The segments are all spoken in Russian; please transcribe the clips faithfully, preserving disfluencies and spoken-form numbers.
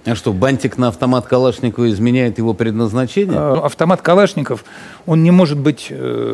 А что, бантик на автомат Калашникова изменяет его предназначение? Автомат Калашников, он не может быть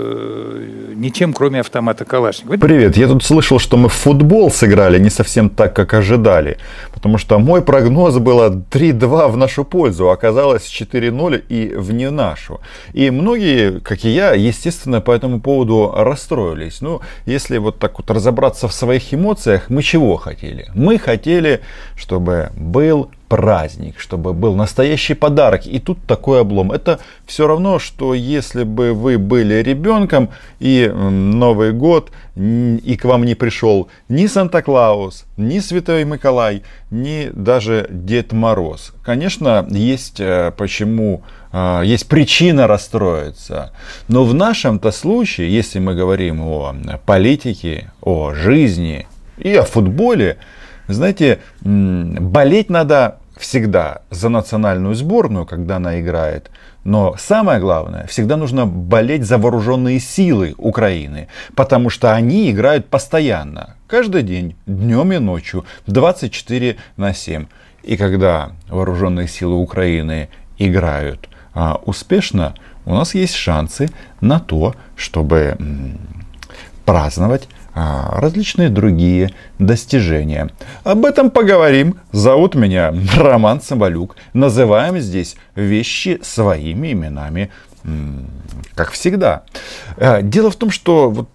э, ничем, кроме автомата Калашникова. Привет, я тут слышал, что мы в футбол сыграли не совсем так, как ожидали. Потому что мой прогноз был три-два в нашу пользу, а оказалось четыре ноль и в не нашу. И многие, как и я, естественно, по этому поводу расстроились. Ну, если вот так вот разобраться в своих эмоциях, мы чего хотели? Мы хотели, чтобы был праздник, чтобы был настоящий подарок. И тут такой облом. Это все равно, что если бы вы были ребенком и Новый год, и к вам не пришел ни Санта-Клаус, ни Святой Миколай, ни даже Дед Мороз. Конечно, есть почему, есть причина расстроиться. Но в нашем-то случае, если мы говорим о политике, о жизни и о футболе, знаете, болеть надо всегда за национальную сборную, когда она играет. Но самое главное, всегда нужно болеть за вооруженные силы Украины. Потому что они играют постоянно. Каждый день, днем и ночью, двадцать четыре на семь. И когда вооруженные силы Украины играют а, успешно, у нас есть шансы на то, чтобы м, праздновать различные другие достижения. Об этом поговорим. Зовут меня Роман Цымбалюк. Называем здесь вещи своими именами, как всегда. Дело в том, что вот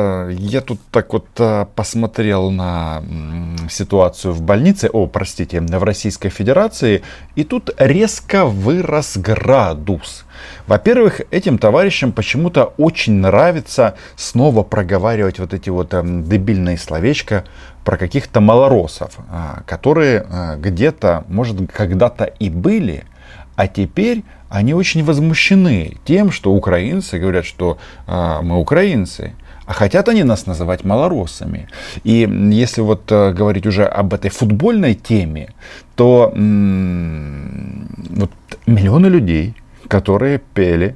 я тут так вот посмотрел на ситуацию в больнице, о, простите, в Российской Федерации, и тут резко вырос градус. Во-первых, этим товарищам почему-то очень нравится снова проговаривать вот эти вот дебильные словечки про каких-то малоросов, которые где-то, может, когда-то и были, а теперь они очень возмущены тем, что украинцы говорят, что э, мы украинцы. А хотят они нас называть малороссами. И если вот э, говорить уже об этой футбольной теме, то м- вот миллионы людей, которые пели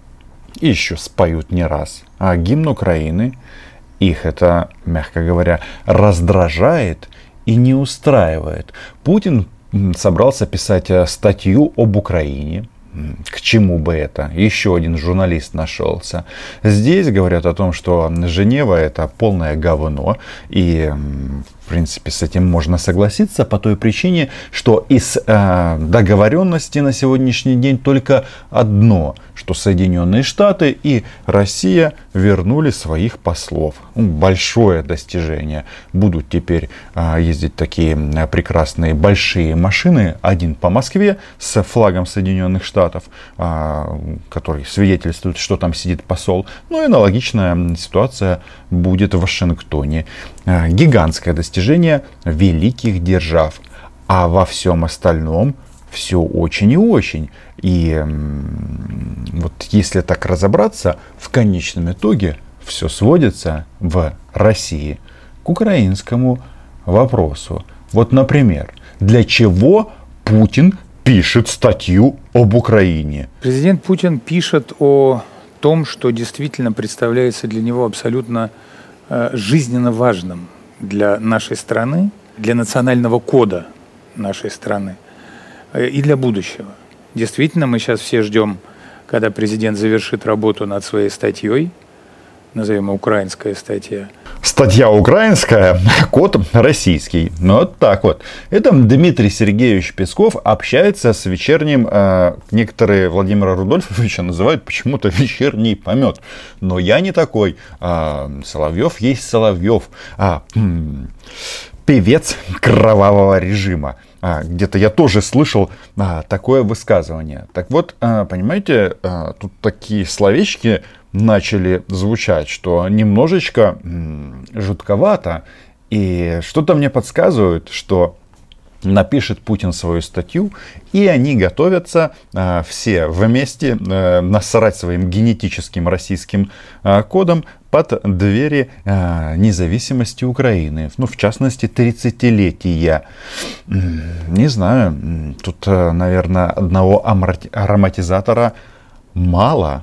и еще споют не раз а гимн Украины, их это, мягко говоря, раздражает и не устраивает. Путин собрался писать статью об Украине. К чему бы это? Еще один журналист нашелся. Здесь говорят о том, что Женева это полное говно. И, в принципе, с этим можно согласиться по той причине, что из э, договоренности на сегодняшний день только одно, что Соединенные Штаты и Россия вернули своих послов. Большое достижение. Будут теперь э, ездить такие прекрасные большие машины. Один по Москве с флагом Соединенных Штатов, э, который свидетельствует, что там сидит посол. Ну и аналогичная ситуация будет в Вашингтоне. Э, гигантское достижение великих держав. А во всем остальном все очень и очень. И вот если так разобраться, в конечном итоге все сводится в России к украинскому вопросу. Вот, например, для чего Путин пишет статью об Украине? Президент Путин пишет о том, что действительно представляется для него абсолютно э, жизненно важным для нашей страны, для национального кода нашей страны э, и для будущего. Действительно, мы сейчас все ждем, когда президент завершит работу над своей статьей, назовем ее украинская статья. Статья украинская, код российский. Ну, вот так вот. Это Дмитрий Сергеевич Песков общается с вечерним, э, некоторые Владимира Рудольфовича называют почему-то вечерний помет. Но я не такой. Э, Соловьев есть Соловьев. А, м- певец кровавого режима. А, где-то я тоже слышал а, такое высказывание. Так вот, а, понимаете, а, тут такие словечки начали звучать, что немножечко м- жутковато. И что-то мне подсказывает, что напишет Путин свою статью, и они готовятся э, все вместе э, насрать своим генетическим российским э, кодом под двери э, независимости Украины. Ну, в частности, тридцатилетия. Не знаю, тут, э, наверное, одного ароматизатора мало,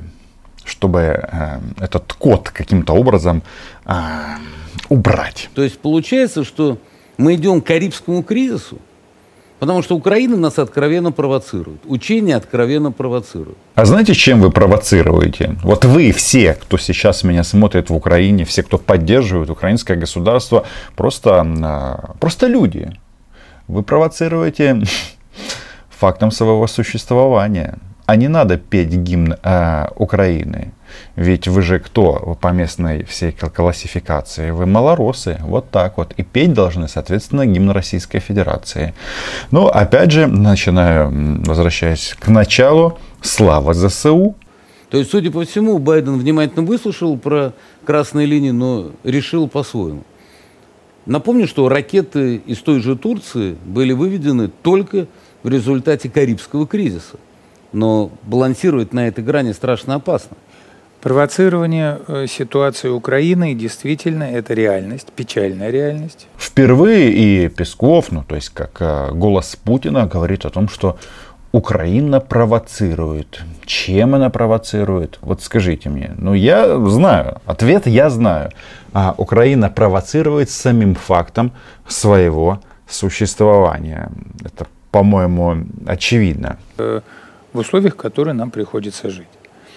чтобы э, этот код каким-то образом э, убрать. То есть получается, что мы идем к Карибскому кризису, Потому что Украина нас откровенно провоцирует. Учения откровенно провоцируют. А знаете, чем вы провоцируете? Вот вы все, кто сейчас меня смотрит в Украине, все, кто поддерживает украинское государство, просто, просто люди. Вы провоцируете фактом своего существования. А не надо петь гимн э, Украины. Ведь вы же кто по местной всей классификации? Вы малоросы. Вот так вот. И петь должны, соответственно, гимн Российской Федерации. Ну, опять же, начинаю, возвращаясь к началу, слава ЗСУ. То есть, судя по всему, Байден внимательно выслушал про красные линии, но решил по-своему. Напомню, что ракеты из той же Турции были выведены только в результате Карибского кризиса. Но балансировать на этой грани страшно опасно. Провоцирование ситуации Украины действительно это реальность, печальная реальность. Впервые и Песков, ну то есть как голос Путина, говорит о том, что Украина провоцирует. Чем она провоцирует? Вот скажите мне. Ну я знаю, ответ я знаю. А Украина провоцирует самим фактом своего существования. Это, по-моему, очевидно. В условиях, в которых нам приходится жить.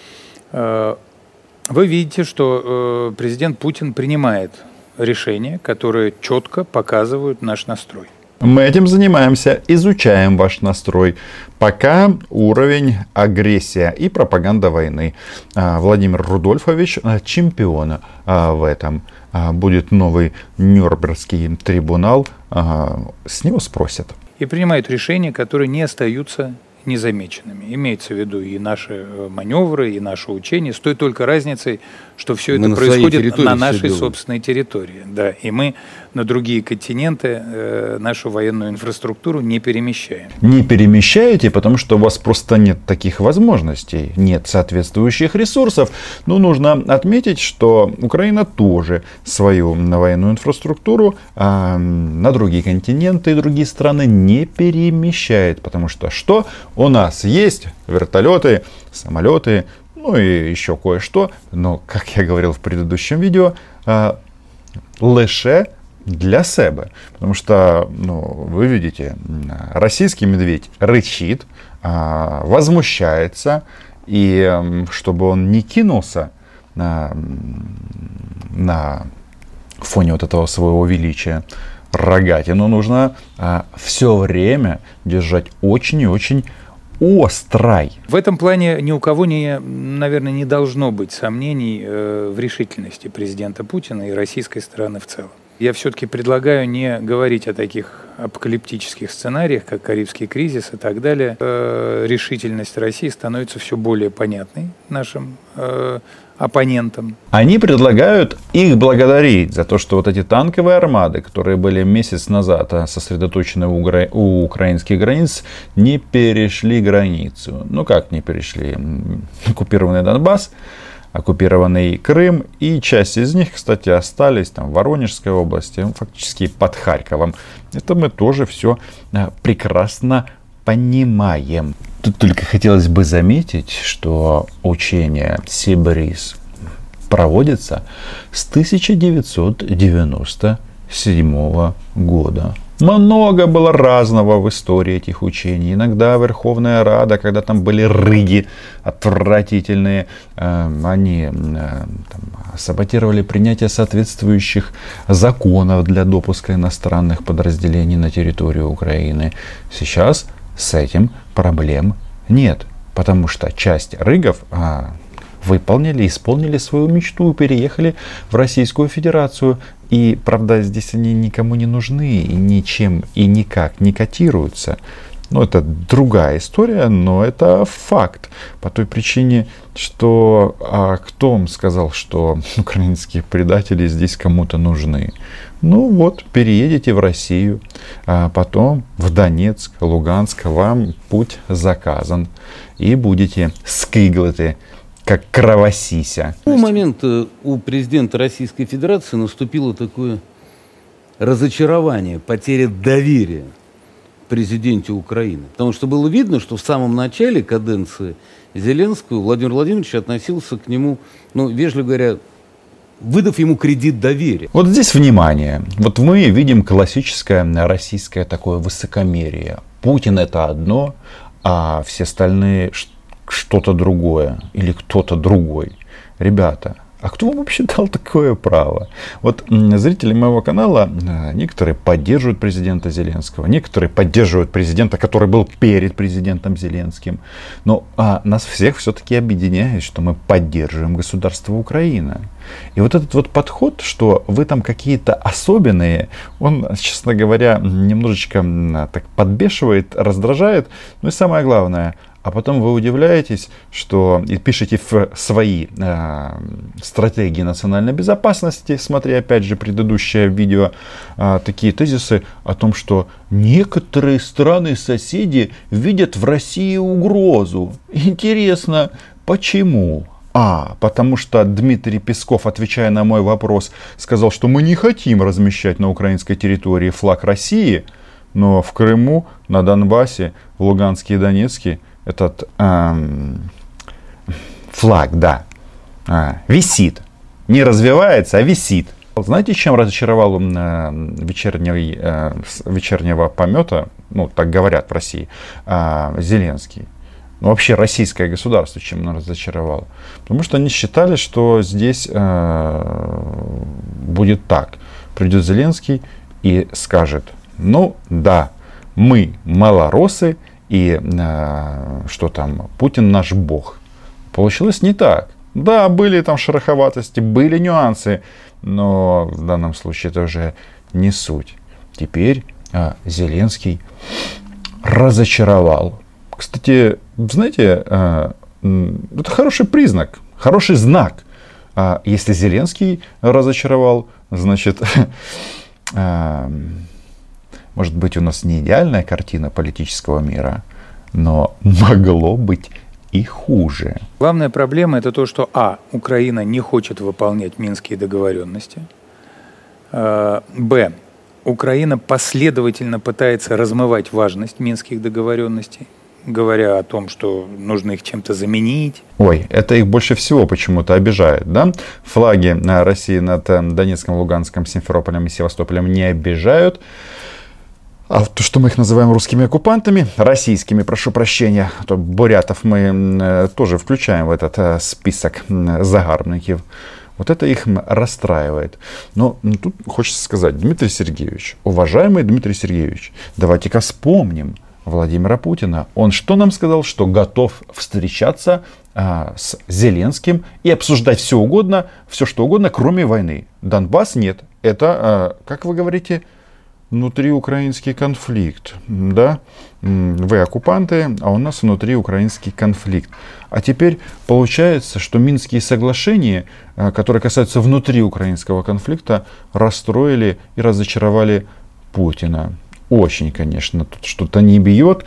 Вы видите, что президент Путин принимает решения, которые четко показывают наш настрой. Мы этим занимаемся, изучаем ваш настрой. Пока уровень агрессия и пропаганда войны. Владимир Рудольфович чемпион в этом. Будет новый Нюрнбергский трибунал. С него спросят. И принимают решения, которые не остаются незамеченными. Имеется в виду и наши маневры, и наши учения, с той только разницей, что все это происходит на нашей собственной территории. Да, и мы на другие континенты э, нашу военную инфраструктуру не перемещаем. Не перемещаете, потому что у вас просто нет таких возможностей, нет соответствующих ресурсов. Но нужно отметить, что Украина тоже свою военную инфраструктуру э, на другие континенты и другие страны не перемещает, потому что что? У нас есть вертолеты, самолеты, ну и еще кое-что. Но, как я говорил в предыдущем видео, э, лише для себе. Потому что, ну, вы видите, российский медведь рычит, э, возмущается. И э, чтобы он не кинулся на, на фоне вот этого своего величия рогатину, нужно э, все время держать очень и очень острой. В этом плане ни у кого, не, наверное, не должно быть сомнений э, в решительности президента Путина и российской стороны в целом. Я все-таки предлагаю не говорить о таких апокалиптических сценариях, как Карибский кризис и так далее. Э, решительность России становится все более понятной нашим э, оппонентам. Они предлагают их благодарить за то, что вот эти танковые армады, которые были месяц назад сосредоточены у, укра... у украинских границ, не перешли границу. Ну как не перешли? Оккупированный Донбасс, оккупированный Крым, и часть из них, кстати, остались там в Воронежской области, фактически под Харьковом. Это мы тоже все прекрасно понимаем. Тут только хотелось бы заметить, что учение Sea-Breeze проводится с тысяча девятьсот девяносто седьмого года. Много было разного в истории этих учений. Иногда Верховная Рада, когда там были рыги отвратительные, э, они э, там, саботировали принятие соответствующих законов для допуска иностранных подразделений на территорию Украины. Сейчас с этим проблем нет, потому что часть рыгов а, выполнили, исполнили свою мечту и переехали в Российскую Федерацию. И, правда, здесь они никому не нужны и ничем и никак не котируются. Ну, это другая история, но это факт. По той причине, что а кто вам сказал, что украинские предатели здесь кому-то нужны? Ну вот, переедете в Россию, а потом в Донецк, Луганск, вам путь заказан. И будете скиглити, как кровосися. В момент у президента Российской Федерации наступило такое разочарование, потеря доверия президенте Украины. Потому что было видно, что в самом начале каденции Зеленского Владимир Владимирович относился к нему, ну, вежливо говоря, выдав ему кредит доверия. Вот здесь внимание. Вот мы видим классическое российское такое высокомерие. Путин это одно, а все остальные что-то другое или кто-то другой. Ребята, а кто вам вообще дал такое право? Вот зрители моего канала, некоторые поддерживают президента Зеленского, некоторые поддерживают президента, который был перед президентом Зеленским. Но а, нас всех все-таки объединяет, что мы поддерживаем государство Украина. И вот этот вот подход, что вы там какие-то особенные, он, честно говоря, немножечко так подбешивает, раздражает. Ну и самое главное, а потом вы удивляетесь, что и пишете в свои э, стратегии национальной безопасности, смотря опять же предыдущее видео, э, такие тезисы о том, что некоторые страны-соседи видят в России угрозу. Интересно, почему? А, потому что Дмитрий Песков, отвечая на мой вопрос, сказал, что мы не хотим размещать на украинской территории флаг России, но в Крыму, на Донбассе, в Луганске и Донецке этот эм, флаг, да, э, висит. Не развивается, а висит. Знаете, чем разочаровал он э, вечерний, э, вечернего помета, ну, так говорят в России, э, Зеленский? Ну, вообще российское государство, чем он разочаровало? Потому что они считали, что здесь э, будет так. Придет Зеленский и скажет, ну, да, мы малоросы, и э, что там, Путин наш бог. Получилось не так. Да, были там шероховатости, были нюансы, но в данном случае это уже не суть. Теперь э, Зеленский разочаровал. Кстати, знаете, э, это хороший признак, хороший знак. Э, если Зеленский разочаровал, значит... Э, Может быть, у нас не идеальная картина политического мира, но могло быть и хуже. Главная проблема это то, что а. Украина не хочет выполнять Минские договоренности. Б. Украина последовательно пытается размывать важность Минских договоренностей, говоря о том, что нужно их чем-то заменить. Ой, это их больше всего почему-то обижает, да? Флаги России над Донецком, Луганском, Симферополем и Севастополем не обижают. А то, что мы их называем русскими оккупантами, российскими, прошу прощения, то бурятов мы тоже включаем в этот список загарбников. Вот это их расстраивает. Но тут хочется сказать, Дмитрий Сергеевич, уважаемый Дмитрий Сергеевич, давайте-ка вспомним Владимира Путина. Он что нам сказал? Что готов встречаться а, с Зеленским и обсуждать все угодно, все что угодно, кроме войны. Донбасс нет. Это, а, как вы говорите, внутриукраинский конфликт, да? Вы оккупанты, а у нас внутриукраинский конфликт. А теперь получается, что Минские соглашения, которые касаются внутриукраинского конфликта, расстроили и разочаровали Путина. Очень, конечно, тут что-то не бьет.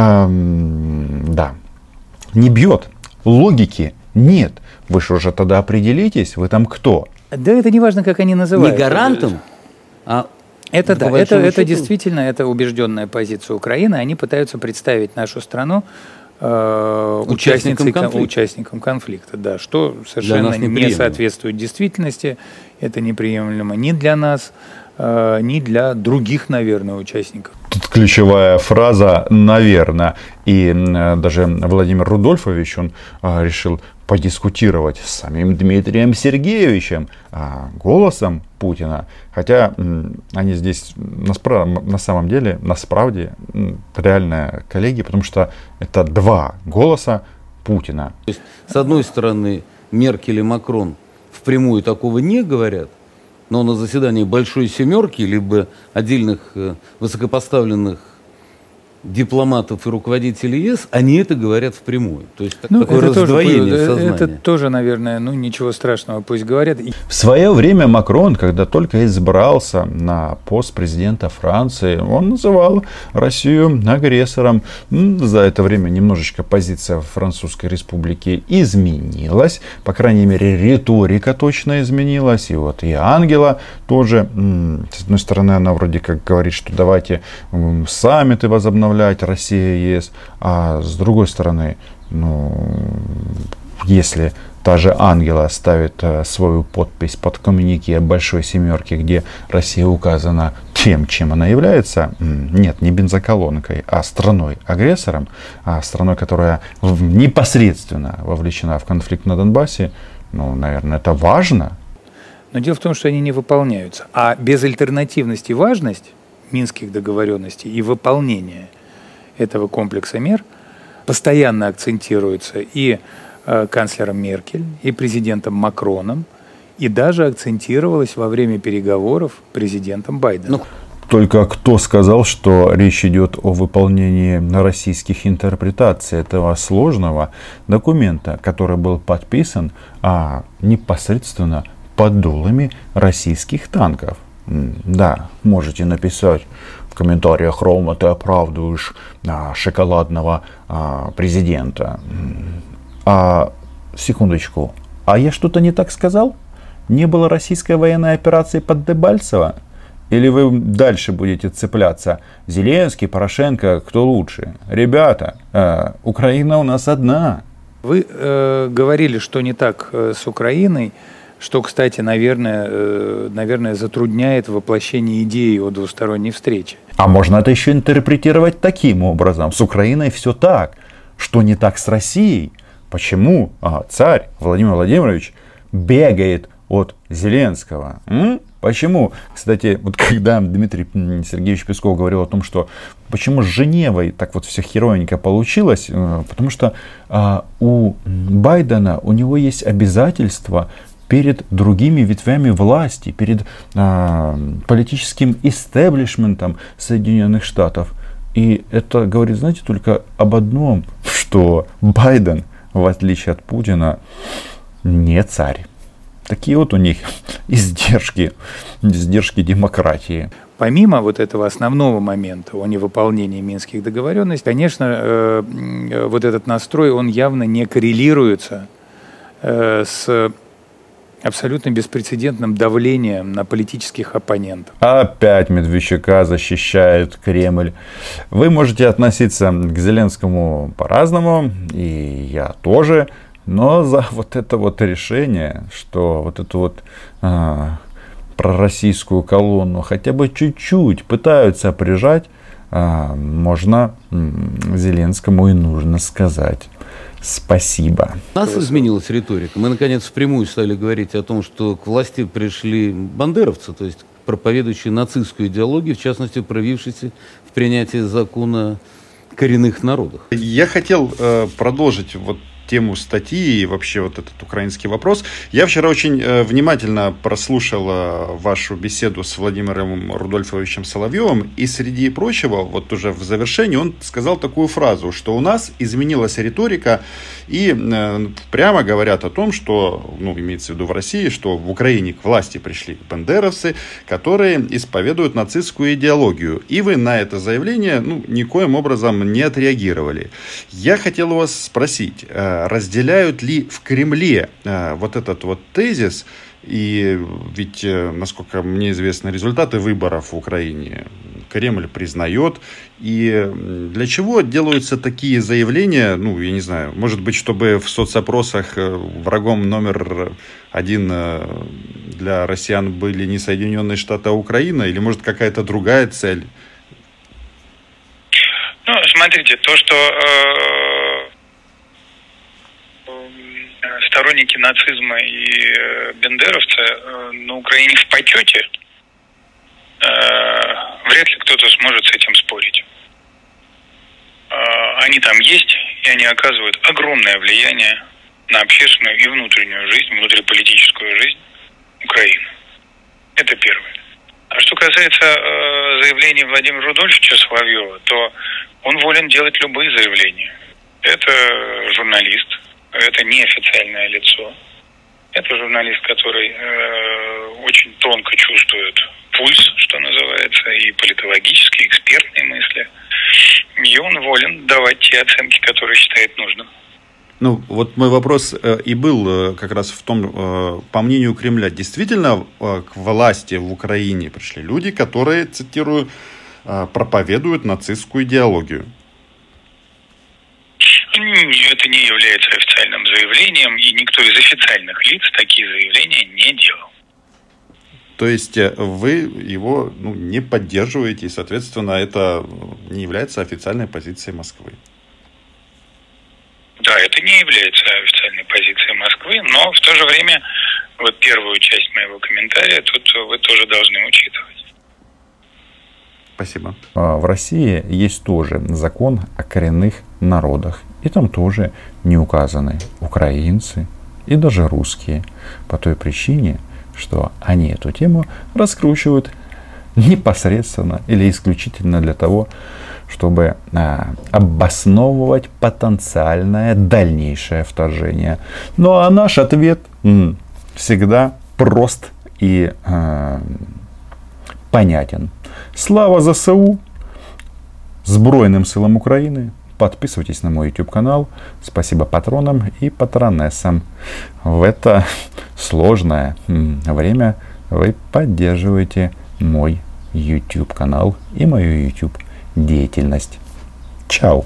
Эм, да, не бьет. Логики нет. Вы что же тогда определитесь, вы там кто? Да это не важно, как они называют. Не гарантом, а... Это да, это, это действительно это убежденная позиция Украины. Они пытаются представить нашу страну э, участником, участницей, конфликта. участником конфликта, да, что совершенно не соответствует действительности. Это неприемлемо ни для нас, э, ни для других, наверное, участников. Тут ключевая фраза «наверное». И э, даже Владимир Рудольфович, он э, решил подискутировать с самим Дмитрием Сергеевичем, э, голосом Путина. Хотя э, они здесь на, на самом деле, на справде, э, реальные коллеги, потому что это два голоса Путина. То есть, с одной стороны, Меркель и Макрон впрямую такого не говорят, но на заседании Большой Семерки, либо отдельных э, высокопоставленных дипломатов и руководителей ЕС, они это говорят впрямую. То есть ну, такое раздвоение тоже, сознания. Это тоже, наверное, ну ничего страшного, пусть говорят. В свое время Макрон, когда только избрался на пост президента Франции, он называл Россию агрессором. За это время немножечко позиция Французской Республики изменилась. По крайней мере, риторика точно изменилась. И вот и Ангела тоже, с одной стороны, она вроде как говорит, что давайте саммиты возобновлять, Россия и ЕС, а с другой стороны, ну, если та же Ангела ставит свою подпись под коммюнике Большой Семерки, где Россия указана, тем, чем она является, нет, не бензоколонкой, а страной-агрессором, а страной, которая непосредственно вовлечена в конфликт на Донбассе, ну, наверное, это важно. Но дело в том, что они не выполняются. А безальтернативность и важность Минских договоренностей и выполнение этого комплекса мер постоянно акцентируется и э, канцлером Меркель, и президентом Макроном, и даже акцентировалось во время переговоров президентом Байденом. Только кто сказал, что речь идет о выполнении российских интерпретаций этого сложного документа, который был подписан а, непосредственно под дулами российских танков? Да, можете написать в комментариях: Рома, ты оправдываешь а, шоколадного а, президента. А, секундочку, а я что-то не так сказал? Не было российской военной операции под Дебальцево? Или вы дальше будете цепляться? Зеленский, Порошенко, кто лучше? Ребята, э, Украина у нас одна. Вы э, говорили, что не так э, с Украиной, что, кстати, наверное, э, наверное, затрудняет воплощение идеи о двусторонней встрече. А можно это еще интерпретировать таким образом. С Украиной все так. Что не так с Россией? Почему а, царь Владимир Владимирович бегает от Зеленского? М? Почему? Кстати, вот когда Дмитрий Сергеевич Песков говорил о том, что почему с Женевой так вот все херовенько получилось, потому что а, у Байдена, у него есть обязательства перед другими ветвями власти, перед а, политическим истеблишментом Соединенных Штатов. И это говорит, знаете, только об одном, что Байден, в отличие от Путина, не царь. Такие вот у них издержки, издержки демократии. Помимо вот этого основного момента о невыполнении Минских договоренностей, конечно, э, вот этот настрой, он явно не коррелируется э, с абсолютно беспрецедентным давлением на политических оппонентов. Опять Медведчука защищает Кремль. Вы можете относиться к Зеленскому по-разному, и я тоже. Но за вот это вот решение, что вот эту вот а, пророссийскую колонну хотя бы чуть-чуть пытаются прижать, а, можно м, Зеленскому и нужно сказать спасибо. У нас изменилась риторика. Мы, наконец, впрямую стали говорить о том, что к власти пришли бандеровцы, то есть проповедующие нацистскую идеологию, в частности, проявившиеся в принятии закона о коренных народах. Я хотел э, продолжить вот тему статьи и вообще вот этот украинский вопрос. Я вчера очень э, внимательно прослушал э, вашу беседу с Владимиром Рудольфовичем Соловьевым, и среди прочего, вот уже в завершении, он сказал такую фразу, что у нас изменилась риторика, и э, прямо говорят о том, что, ну, имеется в виду в России, что в Украине к власти пришли бандеровцы, которые исповедуют нацистскую идеологию. И вы на это заявление, ну, никоим образом не отреагировали. Я хотел у вас спросить, э, разделяют ли в Кремле э, вот этот вот тезис, и ведь, э, насколько мне известно, результаты выборов в Украине Кремль признает, и для чего делаются такие заявления, ну, я не знаю, может быть, чтобы в соцопросах врагом номер один для россиян были не Соединенные Штаты, а Украина, или может какая-то другая цель? Ну, смотрите, то, что э, сторонники нацизма и э, бендеровцы э, на Украине в почете, э, вряд ли кто-то сможет с этим спорить. Э, они там есть, и они оказывают огромное влияние на общественную и внутреннюю жизнь, внутриполитическую жизнь Украины. Это первое. А что касается э, заявлений Владимира Рудольфовича Соловьева, то он волен делать любые заявления. Это журналист, это неофициальное лицо. Это журналист, который э, очень тонко чувствует пульс, что называется, и политологические, экспертные мысли. И он волен давать те оценки, которые считает нужным. Ну, вот мой вопрос э, и был э, как раз в том, э, по мнению Кремля, действительно э, к власти в Украине пришли люди, которые, цитирую, э, проповедуют нацистскую идеологию. Это не является официальным заявлением, и никто из официальных лиц такие заявления не делал. то есть вы его ну, не поддерживаете, и, соответственно, это не является официальной позицией Москвы. Да, это не является официальной позицией Москвы, но в то же время вот первую часть моего комментария тут вы тоже должны учитывать. Спасибо. В России есть тоже закон о коренных народах. И там тоже не указаны украинцы и даже русские. По той причине, что они эту тему раскручивают непосредственно или исключительно для того, чтобы а, обосновывать потенциальное дальнейшее вторжение. Ну а наш ответ м, всегда прост и а, понятен. Слава ЗСУ, Збройным силам Украины. Подписывайтесь на мой YouTube канал. Спасибо патронам и патронессам. В это сложное м, время вы поддерживаете мой YouTube канал и мою YouTube деятельность. Чао!